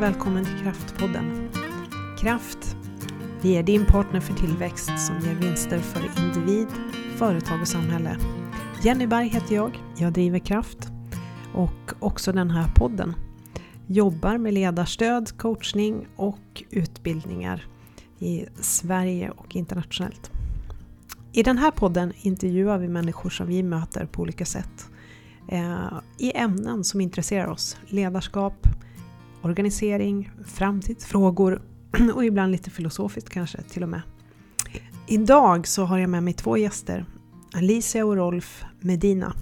välkommen till Kraftpodden. Kraft, vi är din partner för tillväxt som ger vinster för individ, företag och samhälle. Jenny Berg heter jag driver Kraft och också den här podden. Jobbar med ledarstöd, coachning och utbildningar i Sverige och internationellt. I den här podden intervjuar vi människor som vi möter på olika sätt i ämnen som intresserar oss. Ledarskap, organisering, framtidsfrågor och ibland lite filosofiskt kanske till och med. Idag så har jag med mig 2 gäster, Alicia och Rolf Medina.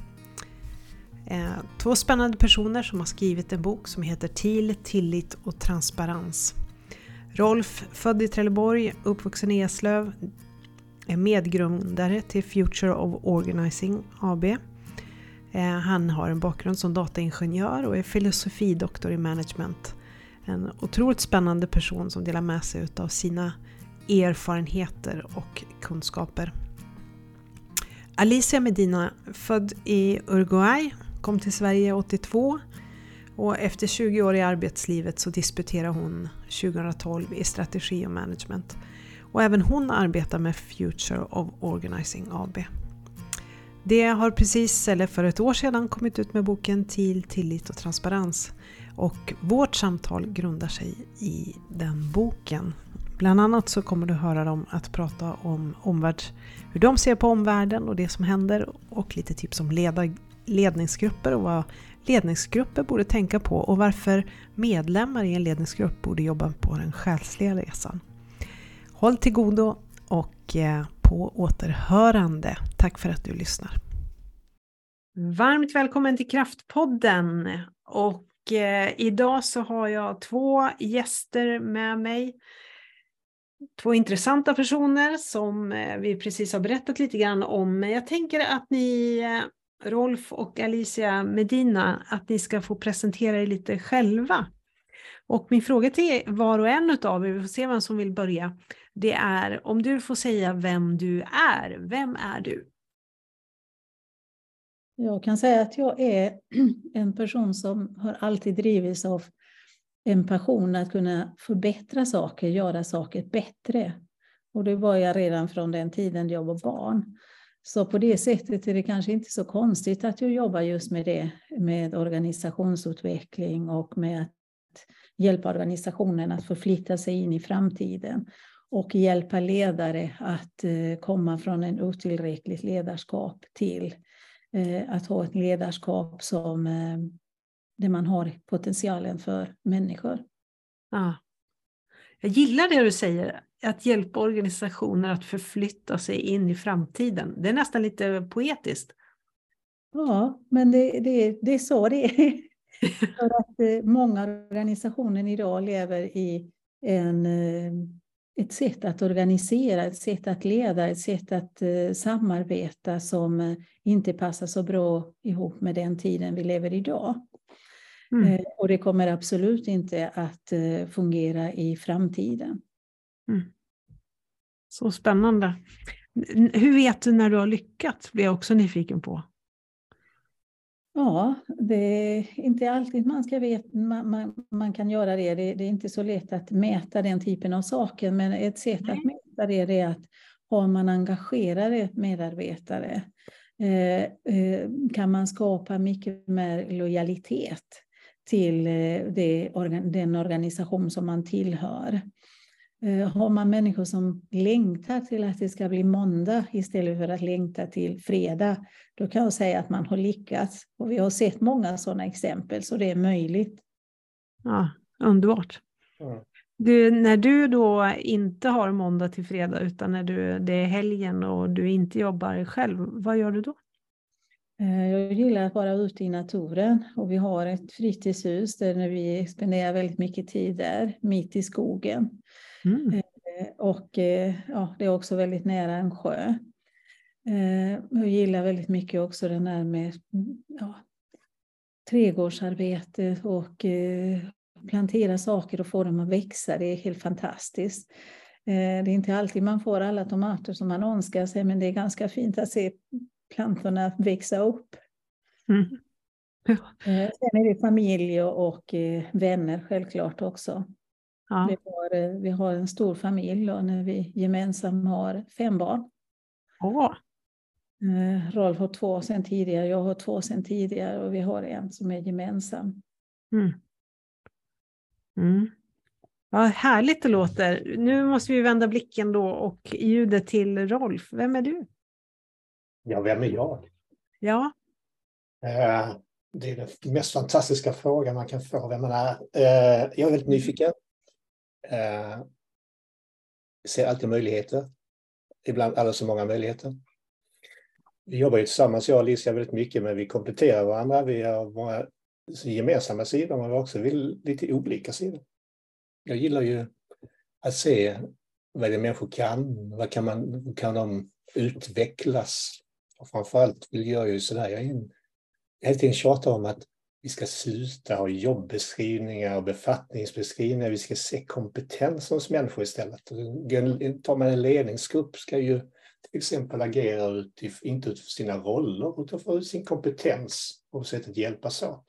2 spännande personer som har skrivit en bok som heter Tillit och transparens. Rolf, född i Trelleborg, uppvuxen i Eslöv, är medgrundare till Future of Organizing AB. Han har en bakgrund som dataingenjör och är filosofidoktor i management. En otroligt spännande person som delar med sig av sina erfarenheter och kunskaper. Alicia Medina, född i Uruguay, kom till Sverige 82 och efter 20 år i arbetslivet så disputerade hon 2012 i strategi och management. Och även hon arbetar med Future of Organizing AB. Det har precis, eller för ett år sedan, kommit ut med boken Tillit och transparens. Och vårt samtal grundar sig i den boken. Bland annat så kommer du höra dem att prata om hur de ser på omvärlden och det som händer. Och lite tips om ledningsgrupper och vad ledningsgrupper borde tänka på. Och varför medlemmar i en ledningsgrupp borde jobba på den själsliga resan. Håll till godo och på återhörande. Tack för att du lyssnar. Varmt välkommen till Kraftpodden. Och idag så har jag 2 gäster med mig. 2 intressanta personer som vi precis har berättat lite grann om. Men jag tänker att ni, Rolf och Alicia Medina, att ni ska få presentera er lite själva. Och min fråga till var och en utav er, vi får se vem som vill börja, det är om du får säga vem du är. Vem är du? Jag kan säga att jag är en person som har alltid drivits av en passion att kunna förbättra saker, göra saker bättre. Och det var jag redan från den tiden jag var barn. Så på det sättet är det kanske inte så konstigt att jag jobbar just med det, med organisationsutveckling och med att hjälpa organisationen att förflytta sig in i framtiden. Och hjälpa ledare att komma från en otillräckligt ledarskap till att ha ett ledarskap som där man har potentialen för människor. Ja. Jag gillar det du säger, att hjälpa organisationer att förflytta sig in i framtiden. Det är nästan lite poetiskt. Ja, men det är så det är. För att många organisationer idag lever i ett sätt att organisera, ett sätt att leda, ett sätt att samarbeta som inte passar så bra ihop med den tiden vi lever idag. Och det kommer absolut inte att fungera i framtiden. Så spännande. Hur vet du när du har lyckats? Blir jag också nyfiken på. Ja, det är inte alltid man ska veta, man kan göra det. Det är inte så lätt att mäta den typen av saker, men ett sätt att mäta det är att har man engagerade medarbetare kan man skapa mycket mer lojalitet till den organisation som man tillhör. Har man människor som längtar till att det ska bli måndag istället för att längta till fredag, då kan jag säga att man har lyckats. Och vi har sett många sådana exempel, så det är möjligt. Ja, underbart. Du, när du då inte har måndag till fredag utan när det är helgen och du inte jobbar själv, vad gör du då? Jag gillar att vara ute i naturen och vi har ett fritidshus där vi spenderar väldigt mycket tid där, mitt i skogen. Och ja, det är också väldigt nära en sjö. Jag gillar väldigt mycket också den här med trädgårdsarbete och plantera saker och få dem att växa. Det är helt fantastiskt. Det är inte alltid man får alla tomater som man önskar sig, men det är ganska fint att se plantorna växa upp. Ja. Sen är det familj och vänner självklart också. Ja. Vi har en stor familj och när vi gemensamt har 5 barn. Åh. Rolf har 2 sedan tidigare, jag har 2 sedan tidigare och vi har en som är gemensam. Mm. Mm. Ja, härligt det låter. Nu måste vi vända blicken då och ljudet till Rolf. Vem är du? Ja, vem är jag? Ja. Det är den mest fantastiska frågan man kan få, vem man är. Jag är väldigt nyfiken. Ser alltid möjligheter. Ibland alldeles så många möjligheter. Vi jobbar ju tillsammans, jag och Alicia, väldigt mycket, men vi kompletterar varandra. Vi har våra gemensamma sidor, men vi har också lite olika sidor. Jag gillar ju att se vad det människor kan. Hur kan de utvecklas? Och framförallt vill jag ju sådär, jag hela tiden tjatar om att vi ska sluta ha jobbbeskrivningar och befattningsbeskrivningar. Vi ska se kompetens hos människor istället. Tar man en ledningsgrupp ska ju till exempel agera inte utifrån sina roller utan för sin kompetens och sättet att hjälpas åt.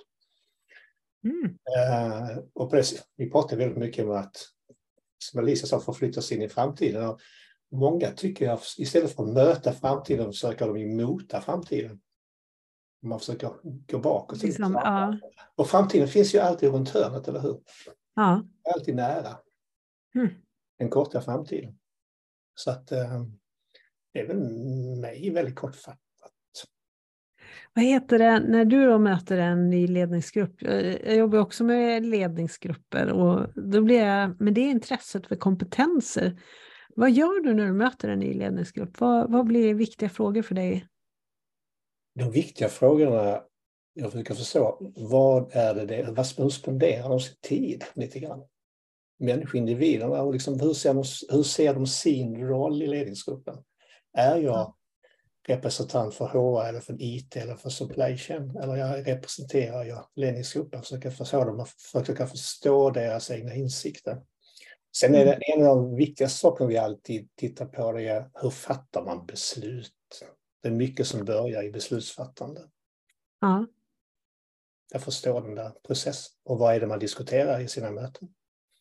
Och vi pratar väldigt mycket om att, som Alicia sa, förflyttas in i framtiden. Och många tycker att istället för att möta framtiden försöker de mota framtiden. Man försöker gå bakåt. Ja. Och framtiden finns ju alltid runt hörnet, eller hur? Ja. Alltid nära. Den korta framtiden. Så att det är väl mig väldigt kortfattat. Vad heter det när du då möter en ny ledningsgrupp? Jag jobbar också med ledningsgrupper och då blir jag med det intresset för kompetenser. Vad gör du när du möter en ny ledningsgrupp? Vad blir viktiga frågor för dig? De viktiga frågorna, jag försöker förstå, hur spenderar de sin tid lite grann? Människoindividerna och liksom, hur ser de sin roll i ledningsgruppen? Är jag representant för HR eller för IT eller för supply chain? Eller representerar jag ledningsgruppen? Försöka förstå deras egna insikter. Sen är det en av de viktigaste sakerna vi alltid tittar på, det är hur fattar man beslut? Det är mycket som börjar i beslutsfattande. Ja. Jag förstår den där processen. Och vad är det man diskuterar i sina möten?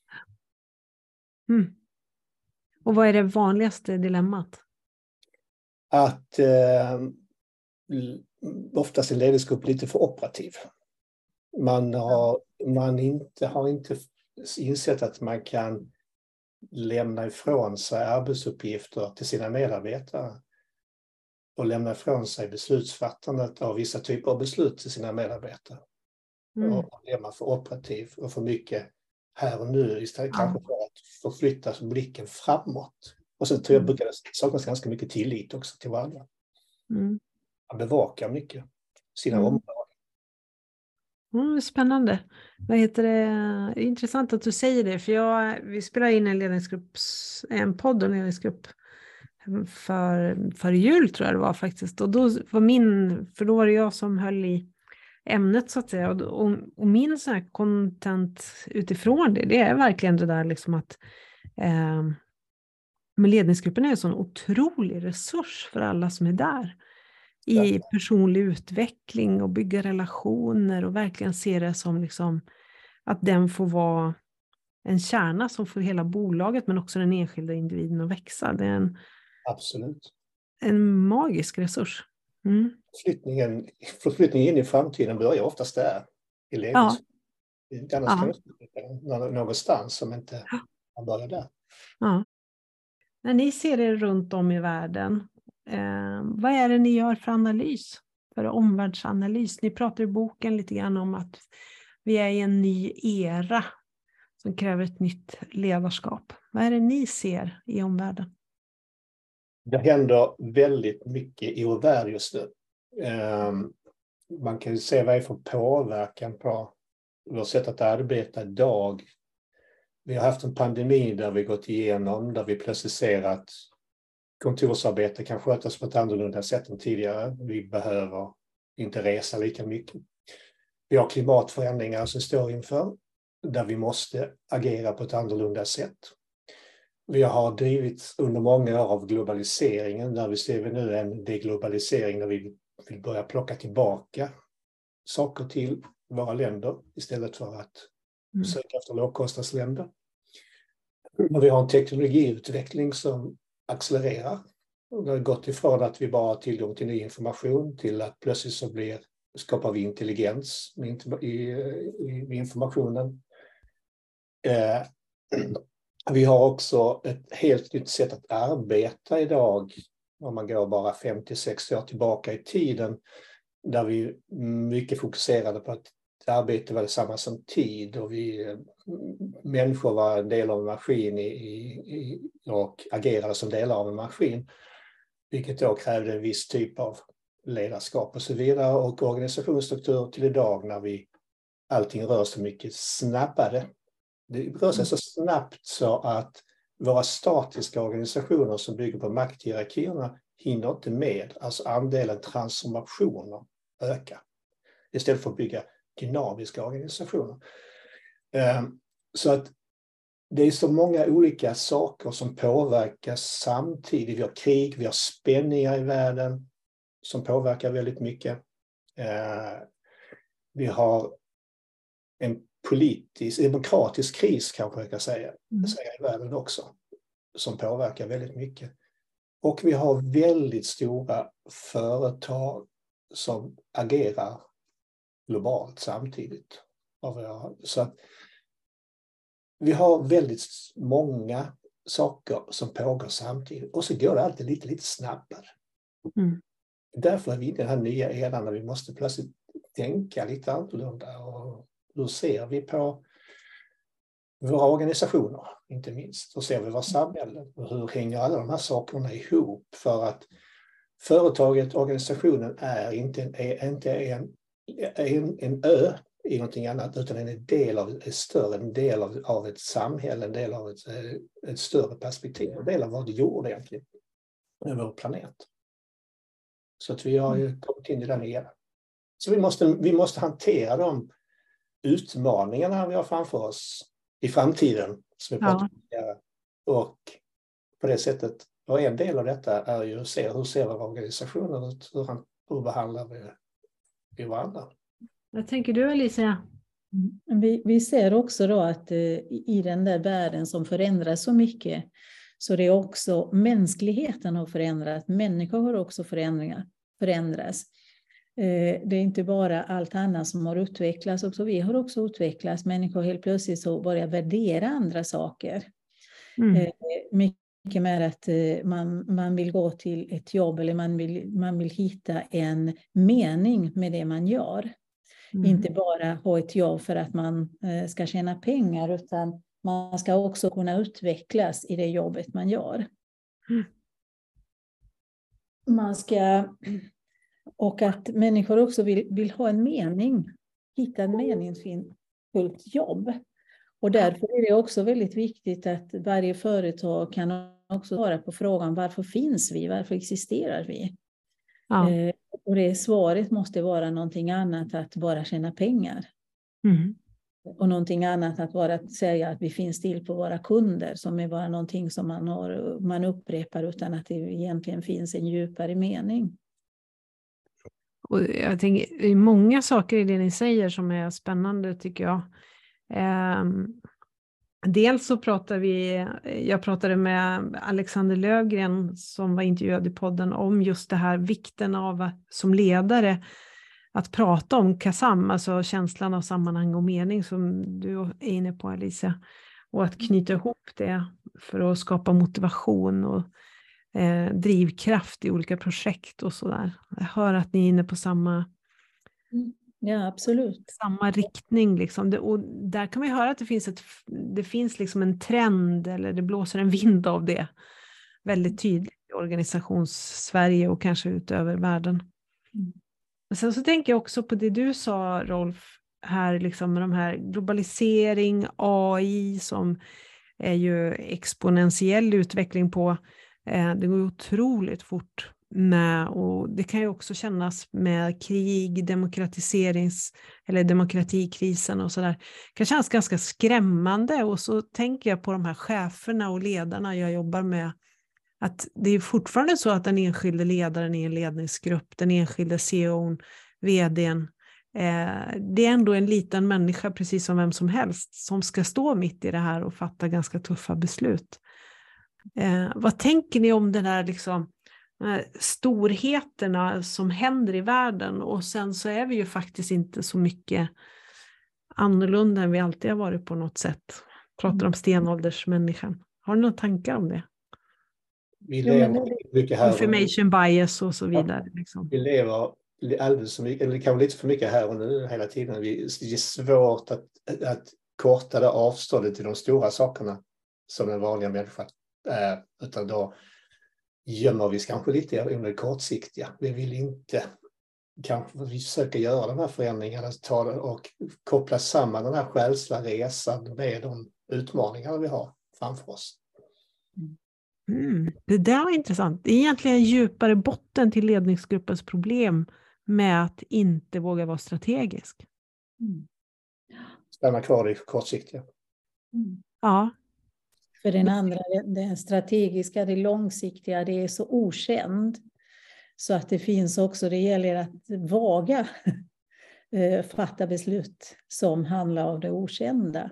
Och vad är det vanligaste dilemmat? Att oftast är ledningsgrupp lite för operativ. Man har inte insett att man kan lämna ifrån sig arbetsuppgifter till sina medarbetare och lämna ifrån sig beslutsfattandet av vissa typer av beslut till sina medarbetare. Och är man för operativ och för mycket här och nu istället kanske för att förflytta blicken framåt. Och sen tror jag brukar det saknas ganska mycket tillit också till varandra. Man bevakar mycket sina områden. Spännande. Vad heter det? Intressant att du säger det, för vi spelar in en podd och ledningsgrupp för jul tror jag det var faktiskt. Och då var då var det jag som höll i ämnet så att säga. Och min så här content utifrån det är verkligen det där liksom att men ledningsgruppen är en sån otrolig resurs för alla som är där. I personlig utveckling och bygga relationer och verkligen se det som liksom att den får vara en kärna som får hela bolaget men också den enskilda individen att växa. Det är Absolut. En magisk resurs. Förflyttningen in i framtiden börjar oftast där i ledningsgruppen. Annars kan det någonstans som inte man börjar där. Ja. När ni ser er runt om i världen, vad är det ni gör för analys? För omvärldsanalys? Ni pratar i boken lite grann om att vi är i en ny era som kräver ett nytt ledarskap. Vad är det ni ser i omvärlden? Det händer väldigt mycket i vår värld just nu. Man kan ju se vad det är för påverkan på vårt sätt att arbeta idag. Vi har haft en pandemi där vi gått igenom, där vi plötsligt ser att kontorsarbete kan skötas på ett annorlunda sätt än tidigare. Vi behöver inte resa lika mycket. Vi har klimatförändringar som står inför, där vi måste agera på ett annorlunda sätt. Vi har drivit under många år av globaliseringen, där vi ser nu en deglobalisering där vi vill börja plocka tillbaka saker till våra länder istället för att söka efter lågkostnadsländer. Och vi har en teknologiutveckling som accelererar. Och det har gått ifrån att vi bara har tillgång till ny information till att plötsligt så skapar vi intelligens i informationen. Vi har också ett helt nytt sätt att arbeta idag, om man går bara 50-60 år tillbaka i tiden, där vi mycket fokuserade på att arbete var detsamma som tid och människor var en del av en maskin och agerade som delar av en maskin, vilket då krävde en viss typ av ledarskap och så vidare, och organisationsstruktur till idag när allting rör sig mycket snabbare. Det rör sig så snabbt så att våra statiska organisationer som bygger på makthierarkierna hinner inte med. Alltså andelen transformationer ökar istället för att bygga dynamiska organisationer. Så att det är så många olika saker som påverkas samtidigt. Vi har krig, vi har spänningar i världen som påverkar väldigt mycket. Vi har en demokratisk kris, kanske jag kan säga i världen också, som påverkar väldigt mycket. Och vi har väldigt stora företag som agerar globalt samtidigt. Så att vi har väldigt många saker som pågår samtidigt, och så går det alltid lite snabbare. Därför är vi i den här nya eran där vi måste plötsligt tänka lite annorlunda. Och hur ser vi på våra organisationer, inte minst? Hur ser vi våra samhällen? Och hur hänger alla de här sakerna ihop? För att företaget, organisationen är inte en ö i någonting annat, utan en del av ett större, en del av ett samhälle, en del av ett större perspektiv, en del av vad det gjorde egentligen med vår planet. Så att vi har ju kommit in i den eran. Så vi måste hantera de utmaningarna vi har framför oss i framtiden, som vi pratar om tidigare. Och på det sättet, och en del av detta är ju att se hur ser våra organisationer ut, hur behandlar vi varandra. Vad tänker du, Alicia? Vi ser också då att i den där världen som förändras så mycket, så det är också mänskligheten har förändrats, människor har också förändras. Det är inte bara allt annat som har utvecklats, också vi har också utvecklats. Människor helt plötsligt så börjar värdera andra saker. Mycket med att man vill gå till ett jobb, eller man vill hitta en mening med det man gör. Inte bara ha ett jobb för att man ska tjäna pengar, utan man ska också kunna utvecklas i det jobbet man gör. Och att människor också vill ha en mening, hitta en meningsfullt jobb. Och därför är det också väldigt viktigt att varje företag kan också svara på frågan: varför finns vi? Varför existerar vi? Ja. Och det svaret måste vara någonting annat att bara tjäna pengar. Och någonting annat att bara säga att vi finns till på våra kunder, som är bara någonting som man upprepar utan att det egentligen finns en djupare mening. Och jag tänker, det är många saker i det ni säger som är spännande, tycker jag. Dels så jag pratade med Alexander Löfgren som var intervjuad i podden om just det här vikten av som ledare att prata om KASAM, alltså känslan av sammanhang och mening som du är inne på, Alicia, och att knyta ihop det för att skapa motivation och drivkraft i olika projekt och sådär. Jag hör att ni är inne på samma samma riktning liksom. Och där kan vi höra att det finns liksom en trend, eller det blåser en vind av det väldigt tydligt i organisations-Sverige och kanske utöver världen. Men sen så tänker jag också på det du sa, Rolf, här liksom med de här globalisering, AI, som är ju exponentiell utveckling på. Det går otroligt fort med, och det kan ju också kännas med krig, demokratikrisen och sådär. Det kan kännas ganska skrämmande, och så tänker jag på de här cheferna och ledarna jag jobbar med. Att det är fortfarande så att den enskilde ledaren i en ledningsgrupp, den enskilde CEO:n, vd:n, Det är ändå en liten människa, precis som vem som helst, som ska stå mitt i det här och fatta ganska tuffa beslut. Vad tänker ni om den här liksom, storheterna som händer i världen? Och sen så är vi ju faktiskt inte så mycket annorlunda än vi alltid har varit på något sätt. Pratar om stenåldersmänniskan. Har du några tankar om det? Vi lever mycket här. Confirmation bias och så vidare. Liksom. Vi lever alldeles så mycket, eller kanske lite för mycket här och nu hela tiden. Det är svårt att korta det avståndet till de stora sakerna som den vanliga människan är. Utan då gömmer vi kanske lite under det kortsiktiga. Vi vill inte, kanske vi försöker göra de här förändringarna och koppla samman den här själsliga resan med de utmaningar vi har framför oss. Det där var intressant. Det är egentligen en djupare botten till ledningsgruppens problem med att inte våga vara strategisk. Stanna kvar i kortsiktiga. Ja. För den andra, det strategiska, det långsiktiga, det är så okänd. Så att det finns också, det gäller att våga fatta beslut som handlar om det okända.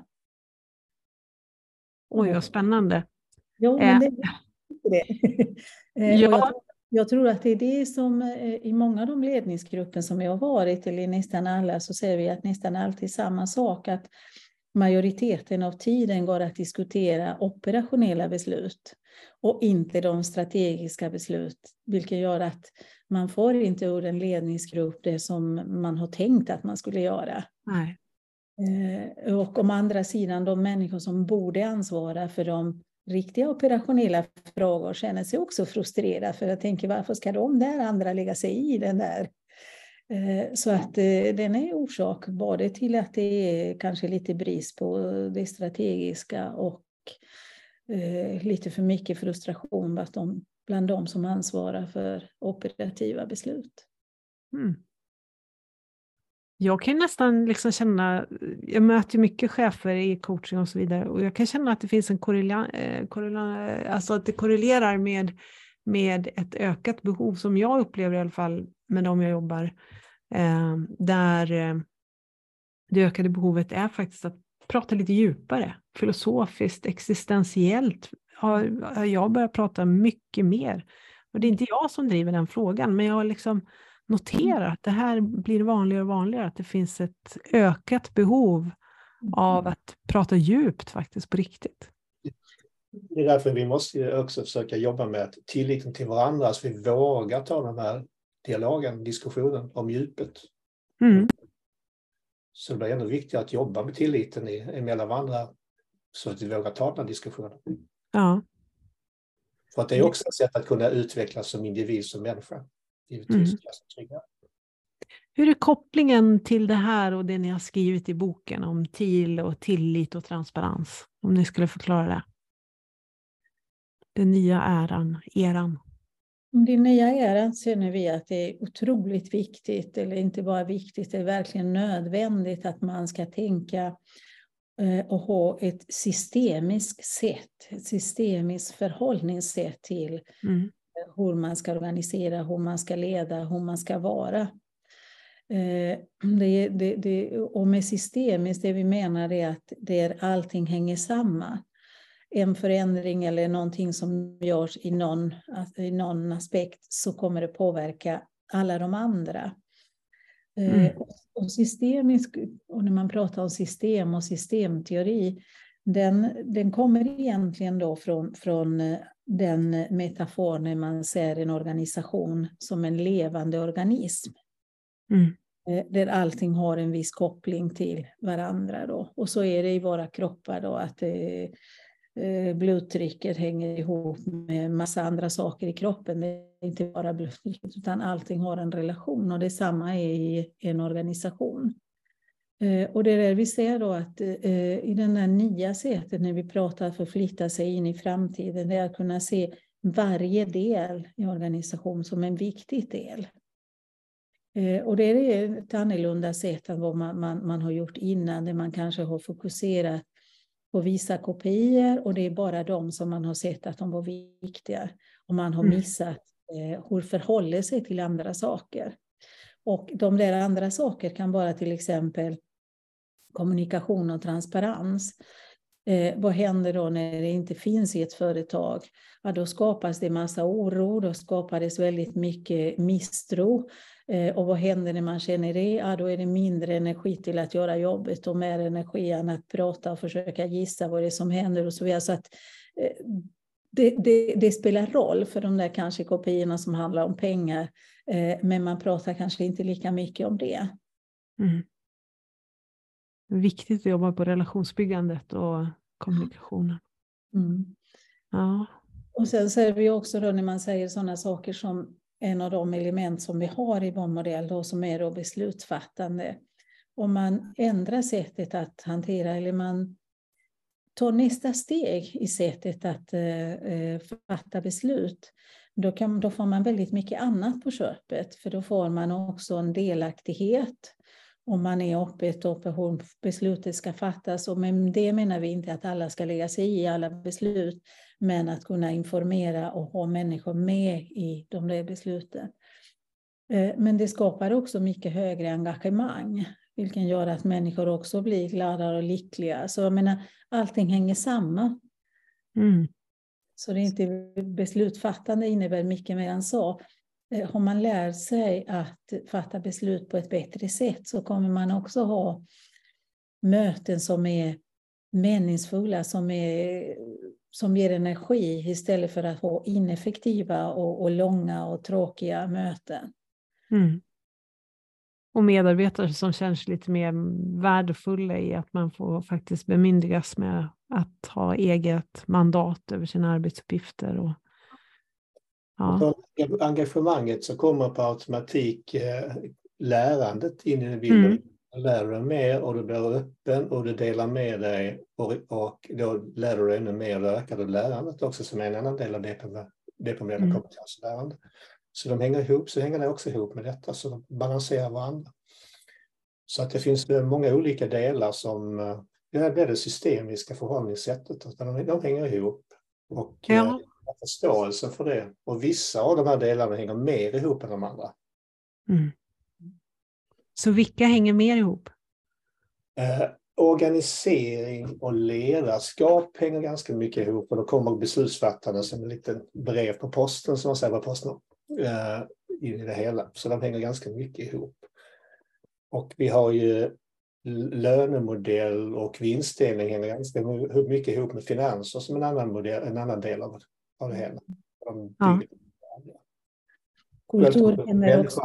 Oj, vad spännande. Ja, men det är det. Ja. Jag tror att det är det som i många av de ledningsgrupper som jag har varit, eller nästan alla, så ser vi att nästan alltid samma sak, att majoriteten av tiden går att diskutera operationella beslut och inte de strategiska beslut, vilket gör att man får inte ur en ledningsgrupp det som man har tänkt att man skulle göra. Nej. Och om andra sidan, de människor som borde ansvara för de riktiga operationella frågor känner sig också frustrerade, för jag tänker, varför ska de där andra lägga sig i den där? Så att den är orsak både till att det är kanske lite brist på det strategiska och lite för mycket frustration bland de som ansvarar för operativa beslut. Jag kan nästan liksom känna, jag möter mycket chefer i coaching och så vidare, och jag kan känna att det finns en alltså att det korrelerar med ett ökat behov som jag upplever i alla fall med dem jag jobbar, där det ökade behovet är faktiskt att prata lite djupare, filosofiskt, existentiellt. Har jag börjat prata mycket mer, och det är inte jag som driver den frågan, men jag har liksom noterar att det här blir vanligare och vanligare, att det finns ett ökat behov av att prata djupt faktiskt på riktigt. Det är därför vi måste också försöka jobba med tilliten till varandra, så vi vågar ta den här dialogen, diskussionen om djupet. Så det blir ändå viktigt att jobba med tilliten mellan varandra, så att vi vågar ta den här diskussionen. Ja. För att det är också ett sätt att kunna utvecklas som individ, som människa. Hur är kopplingen till det här och det ni har skrivit i boken om tillit och transparens? Om ni skulle förklara det. Den nya eran. Den nya eran känner vi att det är otroligt viktigt, eller inte bara viktigt, det är verkligen nödvändigt att man ska tänka och ha ett systemiskt förhållningssätt till hur man ska organisera, hur man ska leda, hur man ska vara. Och med systemiskt, det vi menar är att där allting hänger samman. En förändring eller någonting som görs i någon aspekt, så kommer det påverka alla de andra. Och systemiskt, och när man pratar om system och systemteori, den kommer egentligen då från den metafor när man ser en organisation som en levande organism. Där allting har en viss koppling till varandra då. Och så är det i våra kroppar då, att blodtrycket hänger ihop med massa andra saker i kroppen. Det är inte bara blodtrycket, utan allting har en relation, och detsamma är i en organisation. Och det är där vi ser då att i den här nya sättet när vi pratar att förflytta sig in i framtiden, det är att kunna se varje del i organisation som en viktig del. Och det är ett annorlunda sätt än vad man har gjort innan, där man kanske har fokuserat på vissa kopior, och det är bara de som man har sett att de var viktiga, och man har missat hur förhåller sig till andra saker. Och de där andra saker kan vara till exempel kommunikation och transparens. Vad händer då när det inte finns i ett företag? Ja, då skapas det massa oro, då skapades väldigt mycket misstro. Och vad händer när man känner det? Ja, då är det mindre energi till att göra jobbet och mer energi än att prata och försöka gissa vad det är som händer och så vidare. Så att det spelar roll för de där kanske kopiorna som handlar om pengar. Men man pratar kanske inte lika mycket om det. Mm. Viktigt att jobba på relationsbyggandet och kommunikationen. Mm. Ja. Och sen ser vi också då när man säger sådana saker som en av de element som vi har i vår modell då, som är då beslutsfattande. Om man ändrar sättet att hantera eller man tar nästa steg i sättet att fatta beslut, då får man väldigt mycket annat på köpet. För då får man också en delaktighet om man är öppet på hur beslutet ska fattas. Och med det menar vi inte att alla ska lägga sig i alla beslut, men att kunna informera och ha människor med i de där besluten. Men det skapar också mycket högre engagemang, vilket gör att människor också blir gladare och lyckliga. Så jag menar, allting hänger samman. Mm. Så det är inte beslutsfattande innebär mycket mer än så. Har man lärt sig att fatta beslut på ett bättre sätt så kommer man också ha möten som är meningsfulla, som ger energi istället för att ha ineffektiva och långa och tråkiga möten. Mm. Och medarbetare som känns lite mer värdefulla i att man får faktiskt bemyndigas med att ha eget mandat över sina arbetsuppgifter. Och, ja. Och engagemanget så kommer på automatik lärandet in i bilden. Mm. Du lär dig mer och du blir öppen och du delar med dig och då lär du dig ännu mer och ökar du lärandet också som är en annan del av diplomerad kompetenslärande. Så de hänger ihop, så hänger det också ihop med detta, så de balanserar varandra. Så att det finns många olika delar som, det blir det systemiska förhållningssättet, de hänger ihop. Och förståelsen för det. Och vissa av de här delarna hänger mer ihop än de andra. Mm. Så vilka hänger mer ihop? Organisering och ledarskap hänger ganska mycket ihop. Och då kommer beslutsfattarna som en liten brev på posten, som man säger på posten, in i det hela. Så de hänger ganska mycket ihop. Och vi har ju lönemodell och vinstdelning hänger ganska mycket ihop med finanser som en annan del av det hela. Kultur hänger också.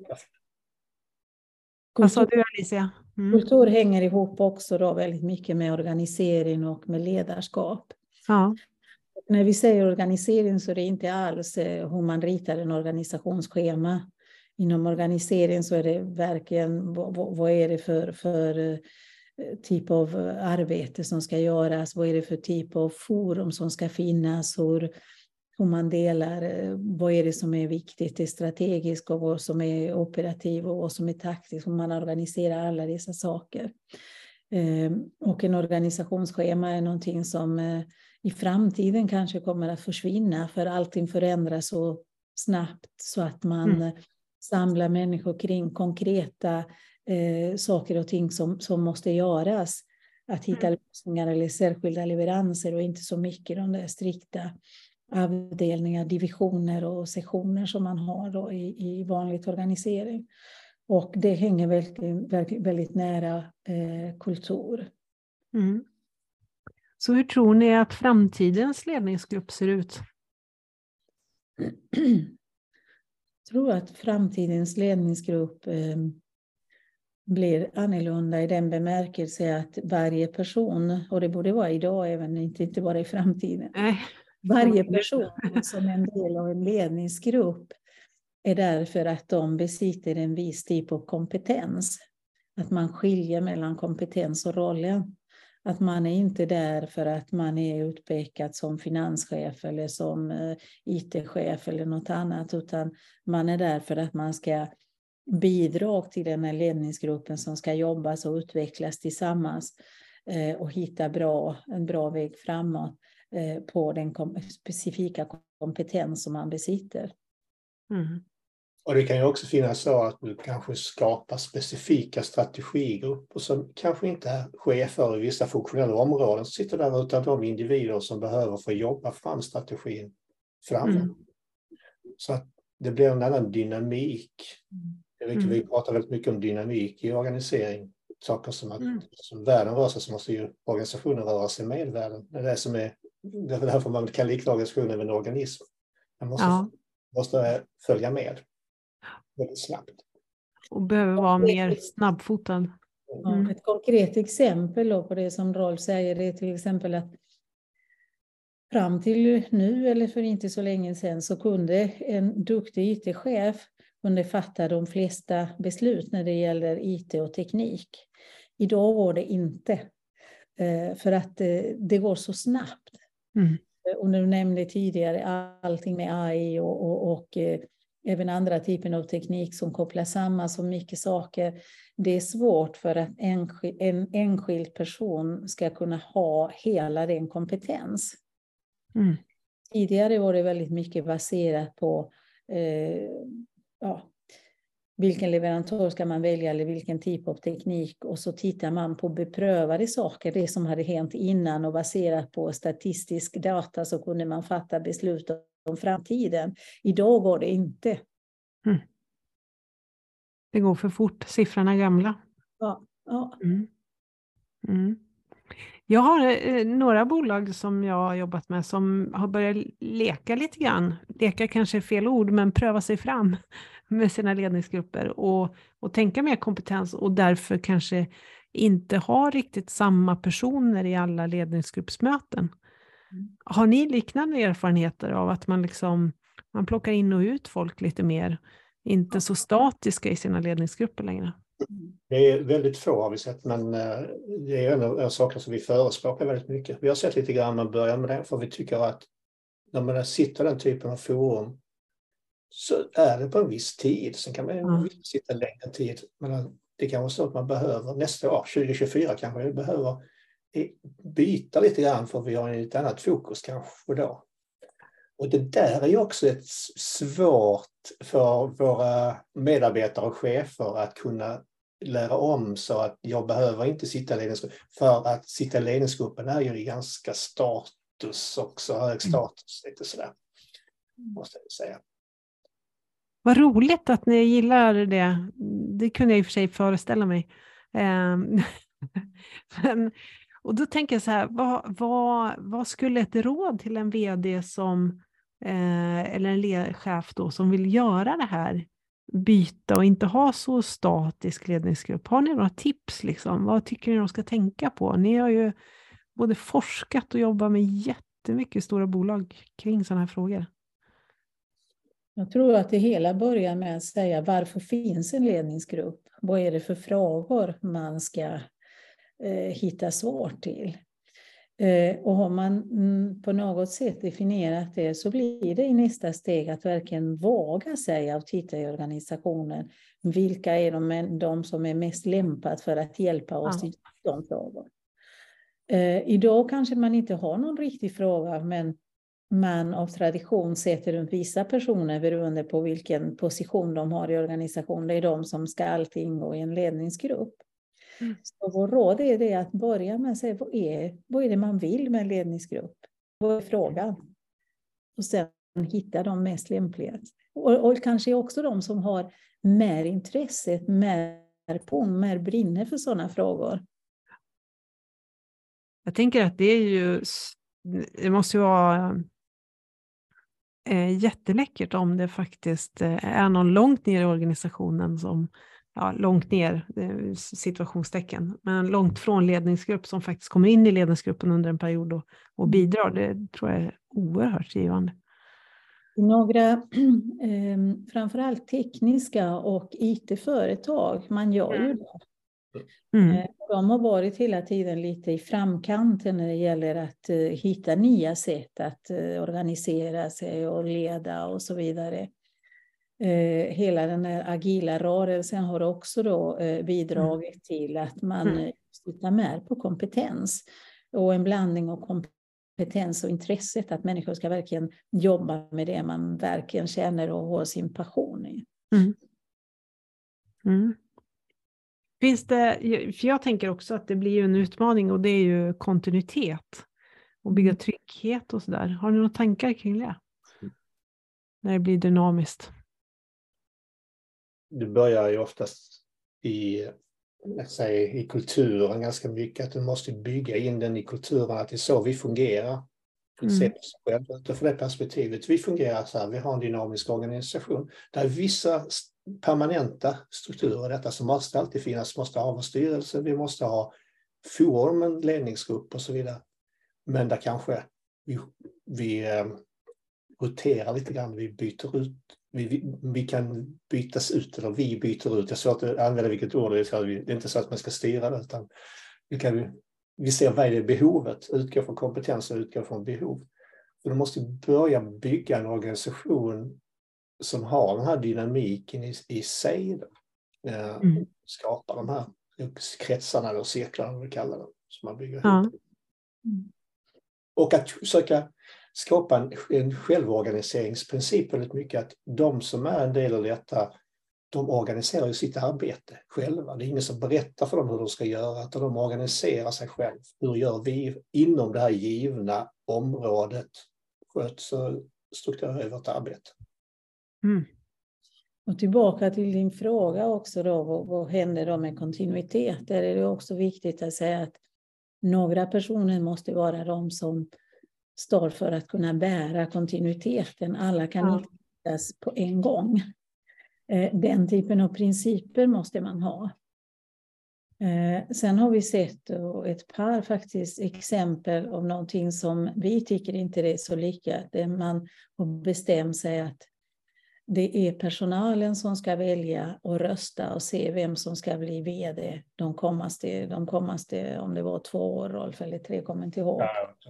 Vad sa du, Alicia? Kultur hänger ihop också då väldigt mycket med organisering och med ledarskap. Ja. När vi säger organisering så är det inte alls hur man ritar en organisationsschema. Inom organisering så är det verkligen vad är det för typ av arbete som ska göras. Vad är det för typ av forum som ska finnas. Hur man delar. Vad är det som är viktigt, det strategiska och vad som är operativt och vad som är taktiskt. Hur man organiserar alla dessa saker. Och en organisationsschema är någonting som i framtiden kanske kommer att försvinna. För allting förändras så snabbt så att man samlar människor kring konkreta saker och ting som måste göras. Att hitta lösningar eller särskilda leveranser och inte så mycket de där strikta avdelningar, divisioner och sektioner som man har då i vanlig organisering. Och det hänger väldigt nära kultur. Mm. Så hur tror ni att framtidens ledningsgrupp ser ut? Jag tror att framtidens ledningsgrupp blir annorlunda i den bemärkelse att varje person, och det borde vara idag även inte bara i framtiden, varje person som en del av en ledningsgrupp är därför att de besitter en viss typ av kompetens. Att man skiljer mellan kompetens och rollen. Att man är inte där för att man är utpekad som finanschef eller som IT-chef eller något annat. Utan man är där för att man ska bidra till den här ledningsgruppen som ska jobbas och utvecklas tillsammans. Och hitta en bra väg framåt på den specifika kompetens som man besitter. Mm. Och det kan ju också finnas så att du kanske skapar specifika strategigrupper som kanske inte är chefer i vissa funktionella områden som sitter där, utan de individer som behöver få jobba fram strategin framåt. Så att det blir en annan dynamik. Vi pratar väldigt mycket om dynamik i organisering. Saker som att som världen rör sig så måste ju organisationen röra sig med världen. Det är det som är därför man kan likna organisationen med en organism. Man måste följa med väldigt snabbt. Och behöver vara mer snabbfotad. Ja, ett konkret exempel då på det som Rolf säger, det är till exempel att fram till nu eller för inte så länge sedan så kunde en duktig IT-chef fatta de flesta beslut när det gäller IT och teknik. Idag går det inte. För att det går så snabbt. Och du nämnde tidigare allting med AI och även andra typer av teknik som kopplar samman så mycket saker. Det är svårt för att en enskild person ska kunna ha hela den kompetens. Tidigare var det väldigt mycket baserat på vilken leverantör ska man välja eller vilken typ av teknik, och så tittar man på beprövade saker, det som hade hänt innan, och baserat på statistisk data så kunde man fatta beslut om framtiden. Idag går det inte. Det går för fort, siffrorna är gamla. Ja. Jag har några bolag som jag har jobbat med som har börjat leka lite grann. Leka kanske är fel ord, men pröva sig fram med sina ledningsgrupper och tänka mer kompetens, och därför kanske inte ha riktigt samma personer i alla ledningsgruppsmöten. Har ni liknande erfarenheter av att man plockar in och ut folk lite mer, inte så statiska i sina ledningsgrupper längre? Det är väldigt få har vi sett, men det är en av saker som vi förespråkar väldigt mycket. Vi har sett lite grann man börjar med det, för vi tycker att när man sitter den typen av forum så är det på en viss tid. Sen kan man sitta längre tid. Men det kan vara så att man behöver nästa år, 2024 kanske vi behöver byta lite grann, för vi har ett annat fokus kanske då. Och det där är ju också ett svårt för våra medarbetare och chefer att kunna lära om, så att jag behöver inte sitta i ledningsgruppen. För att sitta i ledningsgruppen är ju ganska status också, hög status, lite sådär, måste jag säga. Vad roligt att ni gillar det. Det kunde jag i och för sig föreställa mig. Och då tänker jag så här, vad skulle ett råd till en vd som, eller en chef då, som vill göra det här, byta och inte ha så statisk ledningsgrupp? Har ni några tips liksom? Vad tycker ni de ska tänka på? Ni har ju både forskat och jobbat med jättemycket stora bolag kring sådana här frågor. Jag tror att det hela börjar med att säga, varför finns en ledningsgrupp? Vad är det för frågor man ska hitta svar till? Och har man på något sätt definierat det, så blir det i nästa steg att verkligen våga säga och titta i organisationen, vilka är de som är mest lämpade för att hjälpa oss i de frågor. Idag kanske man inte har någon riktig fråga, men man av tradition sätter runt vissa personer beroende på vilken position de har i organisationen. Det är de som ska alltid ingå i en ledningsgrupp. Så vår råd är det att börja med att säga, vad är det man vill med en ledningsgrupp? Vad är frågan? Och sen hitta de mest lämpliga. Och kanske också de som har mer intresse, mer brinner för sådana frågor. Jag tänker att det måste ju vara jätteläckert om det faktiskt är någon långt ner i organisationen som, långt ner, situationstecken, men långt från ledningsgrupp, som faktiskt kommer in i ledningsgruppen under en period och bidrar. Det tror jag är oerhört givande. Några framförallt tekniska och IT-företag, man gör ju det. De har varit hela tiden lite i framkanten när det gäller att hitta nya sätt att organisera sig och leda och så vidare. Hela den här agila rörelsen har också då bidragit till att man tittar mer på kompetens och en blandning av kompetens och intresset, att människor ska verkligen jobba med det man verkligen känner och har sin passion i. Mm. Mm. Finns det, för jag tänker också att det blir ju en utmaning och det är ju kontinuitet och bygga trygghet och sådär. Har ni några tankar kring det? När det blir dynamiskt. Det börjar ju oftast i kulturen ganska mycket, att du måste bygga in den i kulturen, att det är så vi fungerar. Se på sig själv utifrån det perspektivet. Vi fungerar så här, vi har en dynamisk organisation. Det är vissa permanenta strukturer, detta som måste alltid finnas, måste ha en styrelse, vi måste ha forum, en ledningsgrupp och så vidare. Men där kanske vi roterar lite grann, vi byter ut, vi kan bytas ut, eller vi byter ut. Jag sa att använda vilket ord det är inte så att man ska styra det, utan vi ser vad är det behovet, utgår från kompetens och utgår från behov. Så du måste börja bygga en organisation som har den här dynamiken i sig. Skapa de här kretsarna eller cirklarna, vi kallar det, som man bygger ihop. Och att försöka skapa en självorganiseringsprincip väldigt mycket, att de som är en del av detta, de organiserar ju sitt arbete själva. Det är ingen som berättar för dem hur de ska göra, utan de organiserar sig själv. Hur gör vi inom det här givna området? Sköts och strukturerar vårt arbete. Och tillbaka till din fråga också då, vad händer då med kontinuitet? Där är det också viktigt att säga att några personer måste vara de som står för att kunna bära kontinuiteten. Alla kan inte göras på en gång. Den typen av principer måste man ha. Sen har vi sett ett par faktiskt exempel av någonting som vi tycker inte är så lyckat. Där man har bestämt sig att det är personalen som ska välja och rösta och se vem som ska bli vd de kommaste, om det var 2 år, Rolf, eller 3, kommer inte ihåg.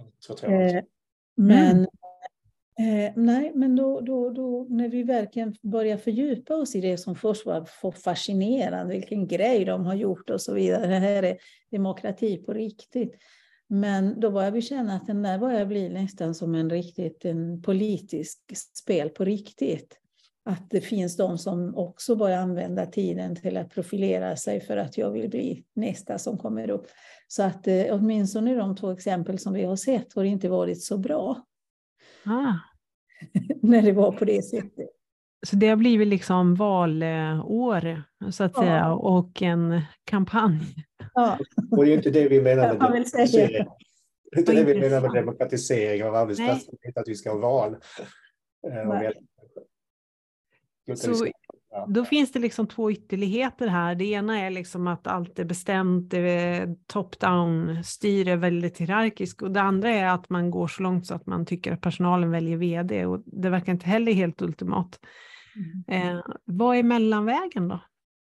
Men men då när vi verkligen börjar fördjupa oss i det som först var fascinerande, vilken grej de har gjort och så vidare, det här är demokrati på riktigt. Men då börjar vi känna att den där börjar bli nästan som en politisk spel på riktigt. Att det finns de som också börjar använda tiden till att profilera sig för att jag vill bli nästa som kommer upp. Så att åtminstone de 2 exempel som vi har sett har inte varit så bra. När det var på det sättet. Så det har blivit liksom valår så att säga, och en kampanj. Ja. Och det är inte det vi menar med demokratisering. Det är inte det vi menar med demokratisering av arbetsplatsen, att vi ska ha val. Så då finns det liksom 2 ytterligheter här. Det ena är liksom att allt är bestämt, det är top-down, styr är väldigt hierarkiskt. Och det andra är att man går så långt så att man tycker att personalen väljer vd. Och det verkar inte heller helt ultimat. Vad är mellanvägen då?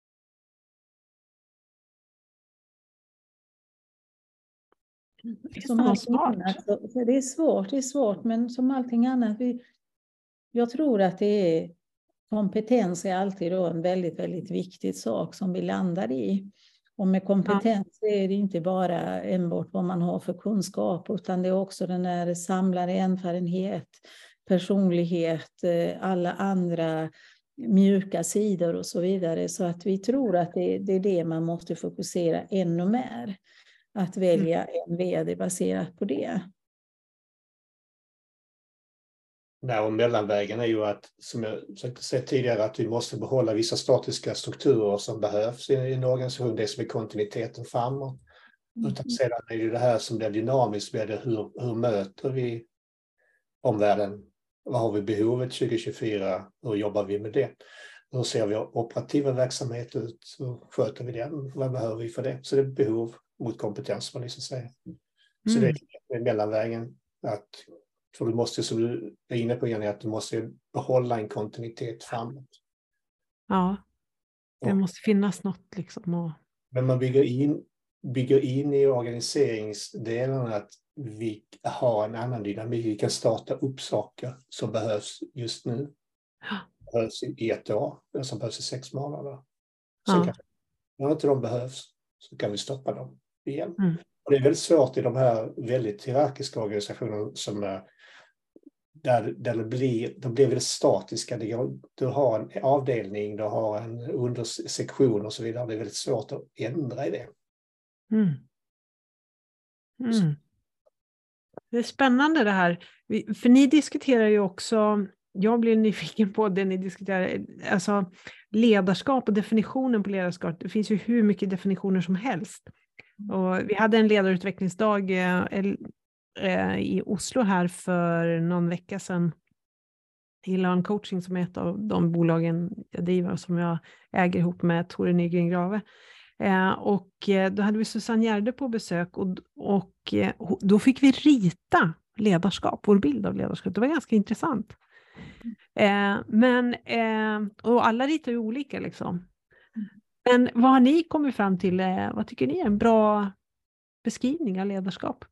Som allting annat, det är svårt, men som allting annat, jag tror att det är kompetens är alltid då en väldigt, väldigt viktig sak som vi landar i. Och med kompetens är det inte bara enbart vad man har för kunskap, utan det är också den där samlade erfarenhet, personlighet, alla andra mjuka sidor och så vidare. Så att vi tror att det är det man måste fokusera ännu mer. Att välja en vd baserat på det. Nej, och mellanvägen är ju att, som jag försökte säga tidigare, att vi måste behålla vissa statiska strukturer som behövs i en organisation, det som är kontinuiteten framåt. Utan sedan är det här som blir dynamiskt med det, hur möter vi omvärlden? Vad har vi behovet 2024? Hur jobbar vi med det? Hur ser vi operativa verksamhet ut? Hur sköter vi det? Vad behöver vi för det? Så det är behov mot kompetens, som man liksom säger. Så det är mellanvägen. För du måste, som du är inne på igen, att du måste behålla en kontinuitet framåt. Ja, det måste finnas något liksom. Men man bygger in i organiseringsdelen att vi har en annan dynamik. Vi kan starta upp saker som behövs just nu. Behövs i 1 år, eller som behövs i 6 månader. Sen när inte de behövs så kan vi stoppa dem igen. Och det är väldigt svårt i de här väldigt hierarkiska organisationerna som där de blir väldigt statiska. Du har en avdelning, du har en undersektion och så vidare. Det är väldigt svårt att ändra i det. Det är spännande det här. För ni diskuterar ju också, jag blir nyfiken på det ni diskuterar, alltså ledarskap och definitionen på ledarskap. Det finns ju hur mycket definitioner som helst. Och vi hade en ledarutvecklingsdag i Oslo här för någon vecka sedan. I Learn Coaching, som är ett av de bolagen jag driver, som jag äger ihop med Tore Nygren Grave. Och då hade vi Susanne Gärde på besök och då fick vi rita ledarskap, vår bild av ledarskap. Det var ganska intressant. Och alla ritar ju olika liksom. Men vad har ni kommit fram till? Vad tycker ni är en bra beskrivning av ledarskap?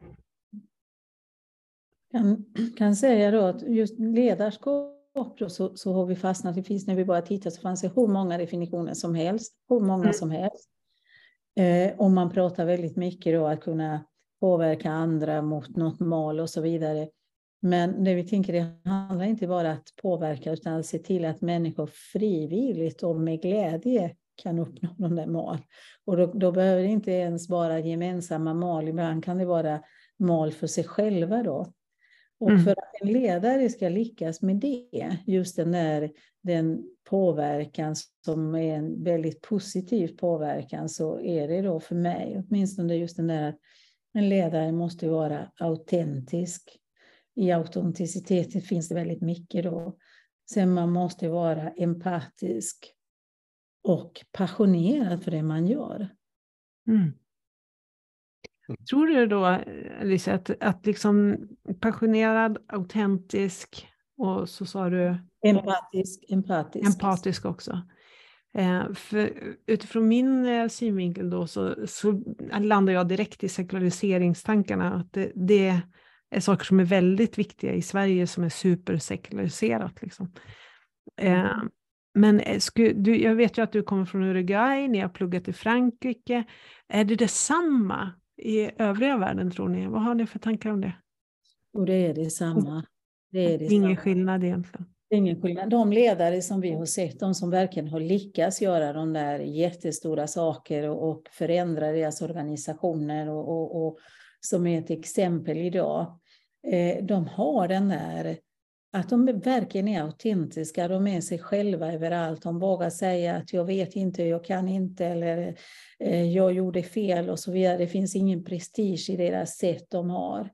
Jag kan säga då att just ledarskap då, så har vi fastnat. Det finns, när vi bara tittar så fanns det hur många definitioner som helst. Hur många som helst. Om man pratar väldigt mycket då att kunna påverka andra mot något mål och så vidare. Men det vi tänker, det handlar inte bara att påverka utan att se till att människor frivilligt och med glädje kan uppnå de där mål. Och då behöver det inte ens vara gemensamma mål. Ibland kan det vara mål för sig själva då. Och för att en ledare ska lyckas med det, just den påverkan som är en väldigt positiv påverkan, så är det då för mig åtminstone just den där att en ledare måste vara autentisk. I autenticitet finns det väldigt mycket då. Sen man måste vara empatisk och passionerad för det man gör. Tror du då, Alicia, att liksom passionerad, autentisk och så sa du empatisk också. För utifrån min synvinkel då så landar jag direkt i sekulariseringstankarna. Att det är saker som är väldigt viktiga i Sverige som är supersekulariserat. Liksom. Men jag vet ju att du kommer från Uruguay, ni har pluggat i Frankrike. Är det detsamma i övriga världen, tror ni? Vad har ni för tankar om det? Och det är detsamma. Ingen skillnad egentligen. Ingen skillnad. De ledare som vi har sett, de som verkligen har lyckats göra de där jättestora saker och förändra deras organisationer och som är ett exempel idag, de har den där, att de verkligen är autentiska, de är sig själva överallt. De vågar säga att jag vet inte, jag kan inte, eller jag gjorde fel och så vidare. Det finns ingen prestige i deras sätt de har.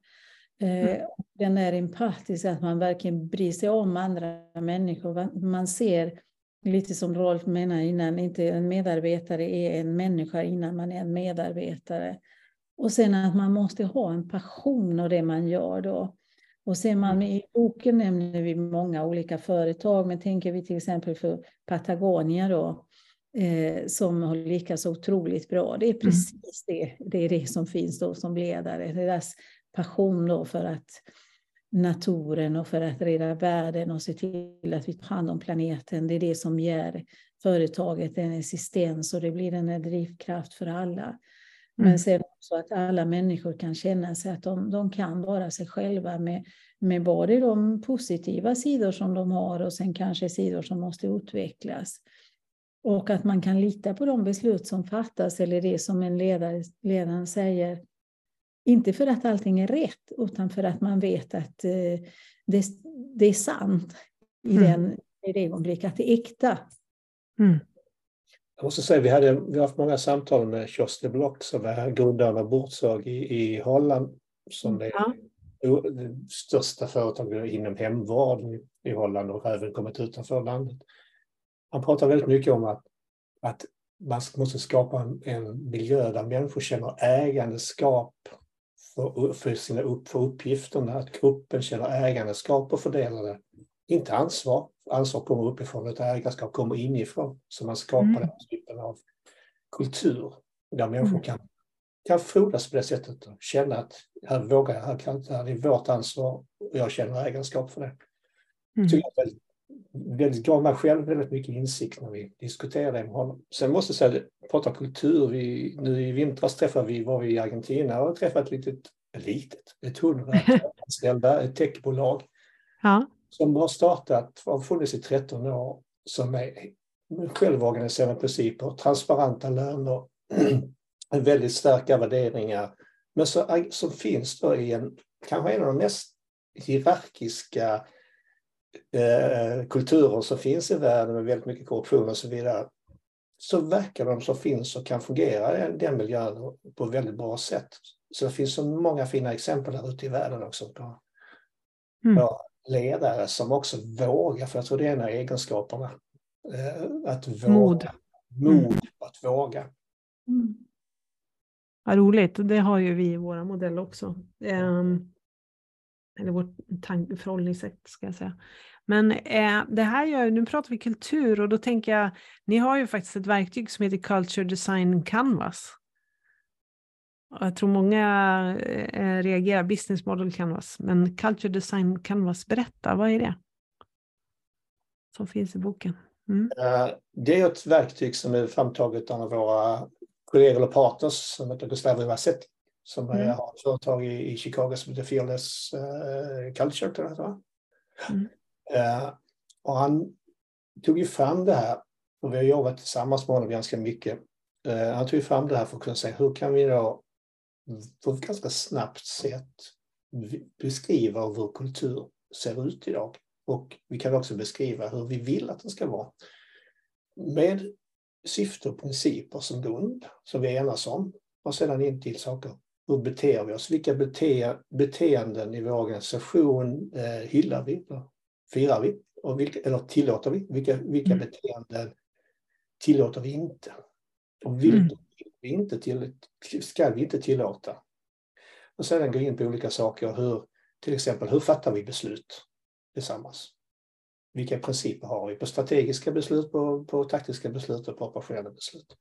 Den är empatisk, att man verkligen bryr sig om andra människor. Man ser, lite som Rolf menar innan, inte en medarbetare är en människa innan man är en medarbetare. Och sen att man måste ha en passion av det man gör då. Och ser man i boken nämner vi många olika företag, men tänker vi till exempel för Patagonia då, som har lyckats otroligt bra. Det är precis det är det som finns då som ledare. Deras passion då för att naturen och för att rädda världen och se till att vi tar hand om planeten. Det är det som ger företaget en existens och det blir en drivkraft för alla. Men sen också att alla människor kan känna sig att de kan vara sig själva med både de positiva sidor som de har och sen kanske sidor som måste utvecklas. Och att man kan lita på de beslut som fattas eller det som en ledaren säger. Inte för att allting är rätt utan för att man vet att det är sant i det ögonblicket, att det är äkta. Jag måste säga, vi har haft många samtal med Jos de Blok som är grundaren av Buurtzorg i Holland, som är det största företaget inom hemvård i Holland och även kommit utanför landet. Han pratar väldigt mycket om att man måste skapa en miljö där människor känner ägandeskap för uppgifterna, att gruppen känner ägandeskap och fördelar det. Inte ansvar. Ansvar kommer uppifrån, utan ägarskap kommer inifrån. Så man skapar den typen av kultur där människor kan frodas på det sättet och känna att här vågar jag, här är vårt ansvar och jag känner ägarskap för det. Jag tycker att det gav mig själv väldigt mycket insikt när vi diskuterade med honom. Sen måste jag säga, prata kultur. Nu i vintras var vi i Argentina och träffade ett 100 anställda, ett techbolag. Ja. Som har funnits i 13 år, som är självorganiserade principer, transparenta löner, väldigt starka värderingar, men som finns då i kanske en av de mest hierarkiska kulturer som finns i världen med väldigt mycket korruption och så vidare, så verkar de som finns och kan fungera i den miljön på väldigt bra sätt. Så det finns så många fina exempel där ute i världen också på ledare som också vågar, för jag tror det är en av egenskaperna. Att våga. Mod att våga. Ja, roligt. Det har ju vi i våra modell också. Eller vårt förhållningssätt ska jag säga. Men det här nu pratar vi kultur, och då tänker jag, ni har ju faktiskt ett verktyg som heter Culture Design Canvas. Och jag tror många reagerar Business Model Canvas, men Culture Design Canvas, berätta, vad är det som finns i boken? Det är ett verktyg som är framtaget av våra kollegor och partners som heter Gustavo Vassetti, som har ett företag i Chicago som heter Fearless Culture, tror jag. Och han tog ju fram det här, och vi har jobbat tillsammans med honom ganska mycket. Han tog ju fram det här för att kunna säga, hur kan vi då på ett ganska snabbt sätt beskriva hur vår kultur ser ut idag. Och vi kan också beskriva hur vi vill att den ska vara. Med syfte och principer som grund, som vi enas om. Och sedan in till saker. Hur beter vi oss? Vilka beteenden i vår organisation hyllar vi? Firar vi? Eller tillåter vi? Vilka beteenden tillåter vi inte? Och vilka ska vi inte tillåta? Och sedan gå in på olika saker. Till exempel, hur fattar vi beslut tillsammans? Vilka principer har vi på strategiska beslut, på taktiska beslut och på operationella beslut?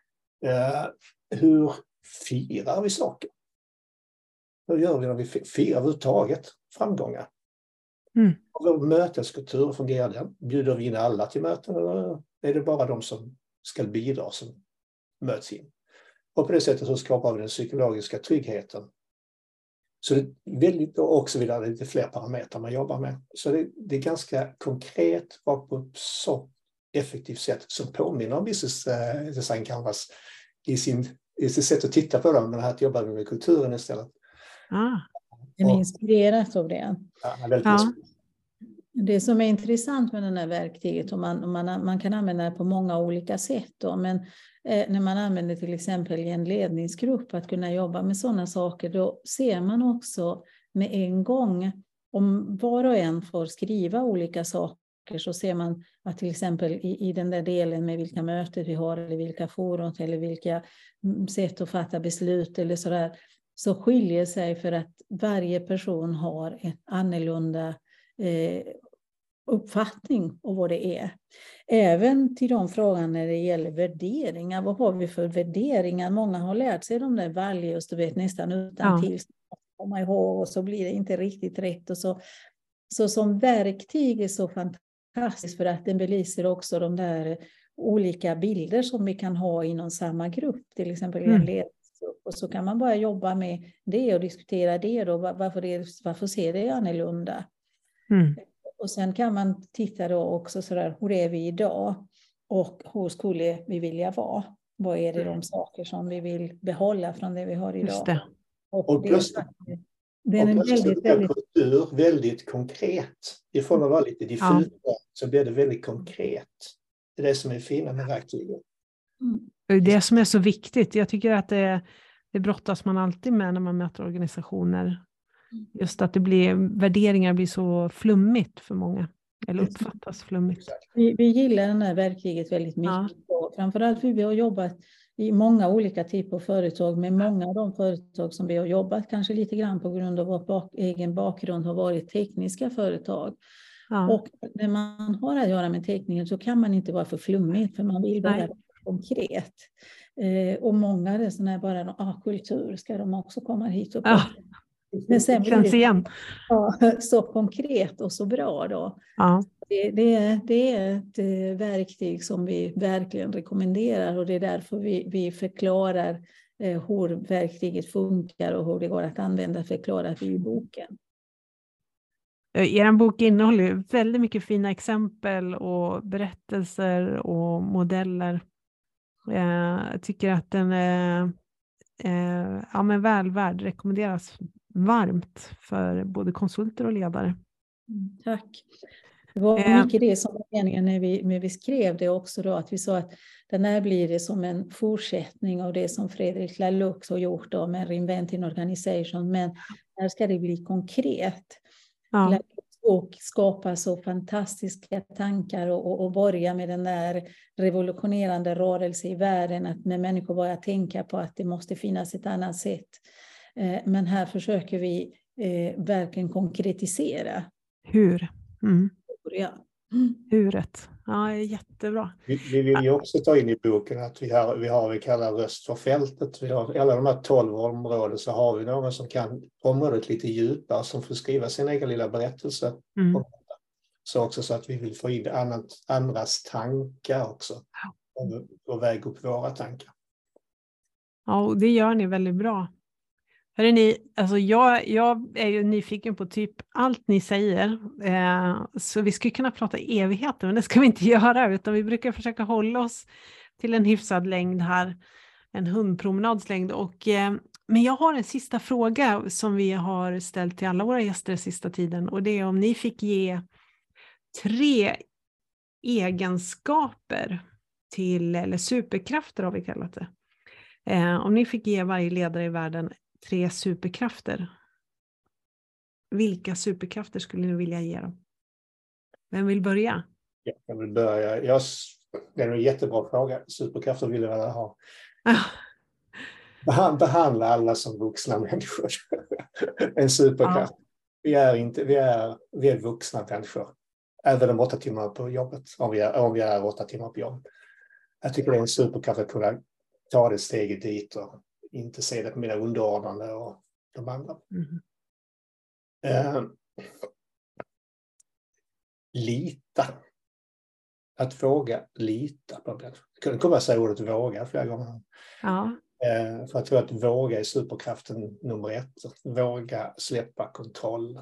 Hur firar vi saker? Hur gör vi när vi firar överhuvudtaget framgångar? Och vår möteskultur, fungerar den? Bjuder vi in alla till möten, eller är det bara de som ska bidra som möts in? Och på det sättet så skapar vi den psykologiska tryggheten. Så det är väldigt, och också vidare lite fler parametrar man jobbar med. Så det är ganska konkret och på ett så effektivt sätt som påminner om Business Design Canvas i sitt sätt att titta på dem, men att jobba med kulturen istället. Den är inspirerat av det. Ja. Det som är intressant med den här verktyget, och man kan använda det på många olika sätt då, men när man använder till exempel i en ledningsgrupp att kunna jobba med sådana saker, då ser man också med en gång, om var och en får skriva olika saker, så ser man att till exempel i den där delen med vilka möten vi har, eller vilka forum, eller vilka sätt att fatta beslut eller sådär, så skiljer sig för att varje person har ett annorlunda uppfattning av vad det är. Även till de frågorna när det gäller värderingar. Vad har vi för värderingar? Många har lärt sig de där values, du vet, nästan utan till. Komma ihåg, och så blir det inte riktigt rätt. Och så som verktyg är så fantastiskt, för att den belyser också de där olika bilder som vi kan ha inom samma grupp. Till exempel i en ledningsgrupp. Och så kan man bara jobba med det och diskutera det då. Varför ser det annorlunda? Och sen kan man titta då också sådär, hur är vi idag? Och hur skulle vi vilja vara? Vad är det de saker som vi vill behålla från det vi har idag? Just det. Och det är väldigt konkret. Ifrån att vara lite diffus så blir det väldigt konkret. Det är det som är fina med verktyget. Det som är så viktigt. Jag tycker att det brottas man alltid med när man möter organisationer. Just att värderingar blir så flummigt för många. Eller uppfattas flummigt. Vi gillar den här verktyget väldigt mycket. Framförallt för vi har jobbat i många olika typer av företag. Med många av de företag som vi har jobbat, kanske lite grann på grund av vår egen bakgrund, har varit tekniska företag. Och när man har att göra med tekniken så kan man inte vara för flummigt, för man vill vara konkret. Och många är sådana här bara, kultur ska de också komma hit och prata. Men sen känns igen. Så konkret och så bra då. Det är ett verktyg som vi verkligen rekommenderar, och det är därför vi förklarar hur verktyget funkar och hur det går att använda, förklarar vi i boken. Er bok innehåller ju väldigt mycket fina exempel och berättelser och modeller. Jag tycker att den är men väl värd, rekommenderas varmt för både konsulter och ledare. Tack. Det var mycket det som var meningen när vi skrev det också då, att vi sa att den här blir det som en fortsättning av det som Fredrik Laloux har gjort då med Reinventing Organization, men här ska det bli konkret. Ja. Och skapa så fantastiska tankar och börja med den där revolutionerande rörelse i världen, att när människor börjar tänka på att det måste finnas ett annat sätt. Men här försöker vi verkligen konkretisera. Hur? Ja. Huret. Ja, jättebra. Vi vill ju också ta in i boken att vi har vi kallar röst för fältet. Vi har alla de här 12 områden, så har vi någon som kan området lite djupare, som får skriva sin egen lilla berättelse. Så också så att vi vill få in andras tankar också och väga upp våra tankar. Ja, och det gör ni väldigt bra. Hörrni, alltså jag är ju nyfiken på typ allt ni säger, så vi skulle kunna prata evigheter, men det ska vi inte göra, utan vi brukar försöka hålla oss till en hyfsad längd här, en hundpromenadslängd. Men jag har en sista fråga som vi har ställt till alla våra gäster sista tiden, och det är om ni fick ge 3 egenskaper eller superkrafter har vi kallat det. Om ni fick ge varje ledare i världen 3 superkrafter, vilka superkrafter skulle ni vilja ge dem? Vem vill börja? Jag vill börja. Det är en jättebra fråga. Superkrafter vill jag ha. Behandla alla som vuxna människor. En superkraft. Ja. Vi är vuxna människor. Även om 8 timmar på jobbet. Om vi är 8 timmar på jobbet. Jag tycker det är en superkraft att kunna ta det steget dit och inte se det på mina underordnade och de andra. Lita. Att våga lita på det. Jag kunde komma att säga ordet våga flera gånger. Ja. För jag tror att våga är superkraften nummer 1. Våga släppa kontrollen.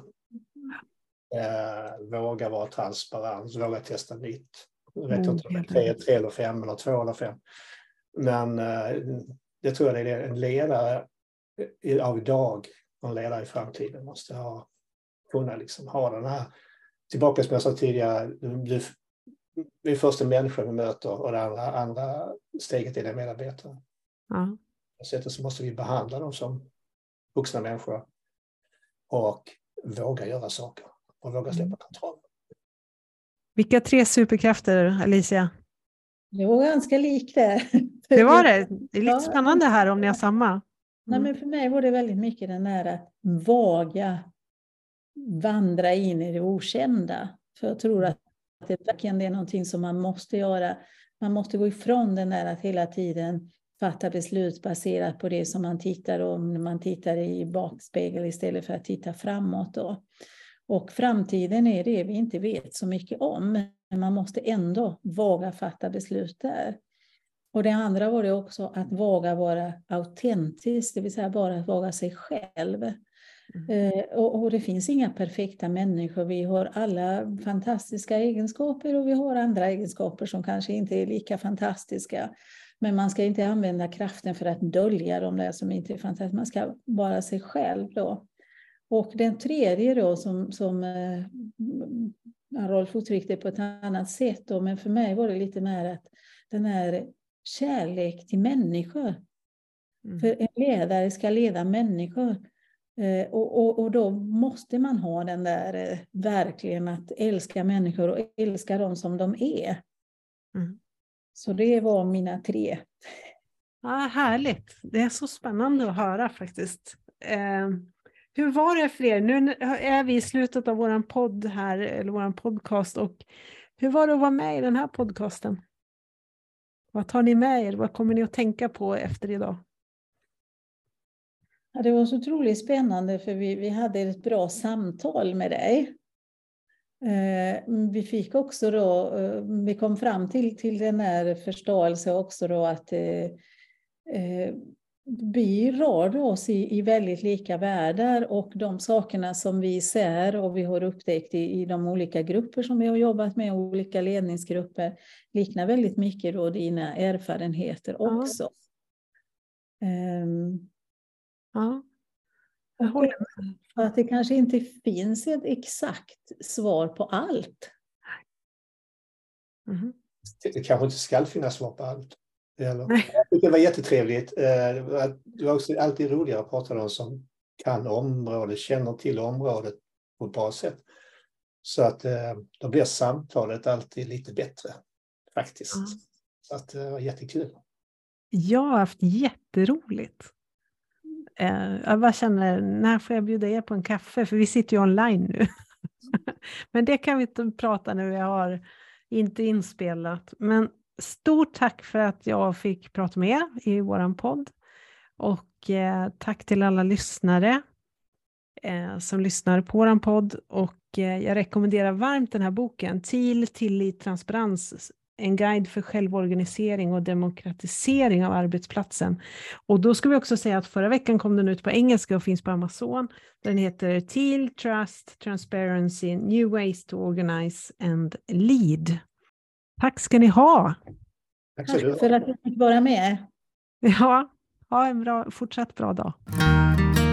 Våga vara transparent. Våga testa nytt. Jag vet inte om det är 3 eller 5 eller 2 eller 5. Men jag tror att det är en ledare av idag och en ledare i framtiden måste kunna liksom ha den här, tillbaka som jag sa tidigare, vi är första människan vi möter och det andra steget är det medarbetare. Ja. Så måste vi behandla dem som vuxna människor och våga göra saker och våga släppa kontroll. Vilka 3 superkrafter, Alicia? Det var ganska likt det. Det var det. Det är lite spännande här om ni har samma. Nej, men för mig var det väldigt mycket den här att våga vandra in i det okända. För jag tror att det verkligen är någonting som man måste göra. Man måste gå ifrån den där att hela tiden fatta beslut baserat på det som man tittar om när man tittar i bakspegel istället för att titta framåt då. Och framtiden är det vi inte vet så mycket om, men man måste ändå våga fatta beslut där. Och det andra var det också att våga vara autentisk, det vill säga bara att våga sig själv. Och det finns inga perfekta människor, vi har alla fantastiska egenskaper och vi har andra egenskaper som kanske inte är lika fantastiska. Men man ska inte använda kraften för att dölja de där som inte är fantastiska, man ska vara sig själv då. Och den tredje då som Rolf uttryckte på ett annat sätt då, men för mig var det lite mer att den här kärlek till människor. För en ledare ska leda människor. Och då måste man ha den där verkligen att älska människor och älska dem som de är. Så det var mina 3. Ja, härligt. Det är så spännande att höra faktiskt. Hur var det för er? Nu är vi i slutet av våran podd här, eller våran podcast, och hur var det att vara med i den här podcasten? Vad tar ni med er? Vad kommer ni att tänka på efter idag? Ja, det var så otroligt spännande för vi hade ett bra samtal med dig. Vi fick också då, vi kom fram till den här förståelsen också då att vi rör oss i väldigt lika världar, och de sakerna som vi ser och vi har upptäckt i de olika grupper som vi har jobbat med, olika ledningsgrupper, liknar väldigt mycket då dina erfarenheter också. Ja, jag håller med. Att det kanske inte finns ett exakt svar på allt. Mm. Det kanske inte ska finnas svar på allt. Det var jättetrevligt. Det var också alltid roligare att prata med någon som kan området, känner till området på ett bra sätt. Så att då blir samtalet alltid lite bättre faktiskt. Så att det var jättekul. Jag har haft jätteroligt. Jag bara känner, när får jag bjuda er på en kaffe? För vi sitter ju online nu. Men det kan vi inte prata när vi har inte inspelat. Men stort tack för att jag fick prata med er i våran podd. Och tack till alla lyssnare som lyssnar på våran podd. Och jag rekommenderar varmt den här boken. Tillit, transparens. En guide för självorganisering och demokratisering av arbetsplatsen. Och då ska vi också säga att förra veckan kom den ut på engelska och finns på Amazon. Den heter Teal, Trust, Transparency, New Ways to Organize and Lead. Tack ska ni ha. Tack för att du fick vara med. Ja, ha en fortsatt bra dag.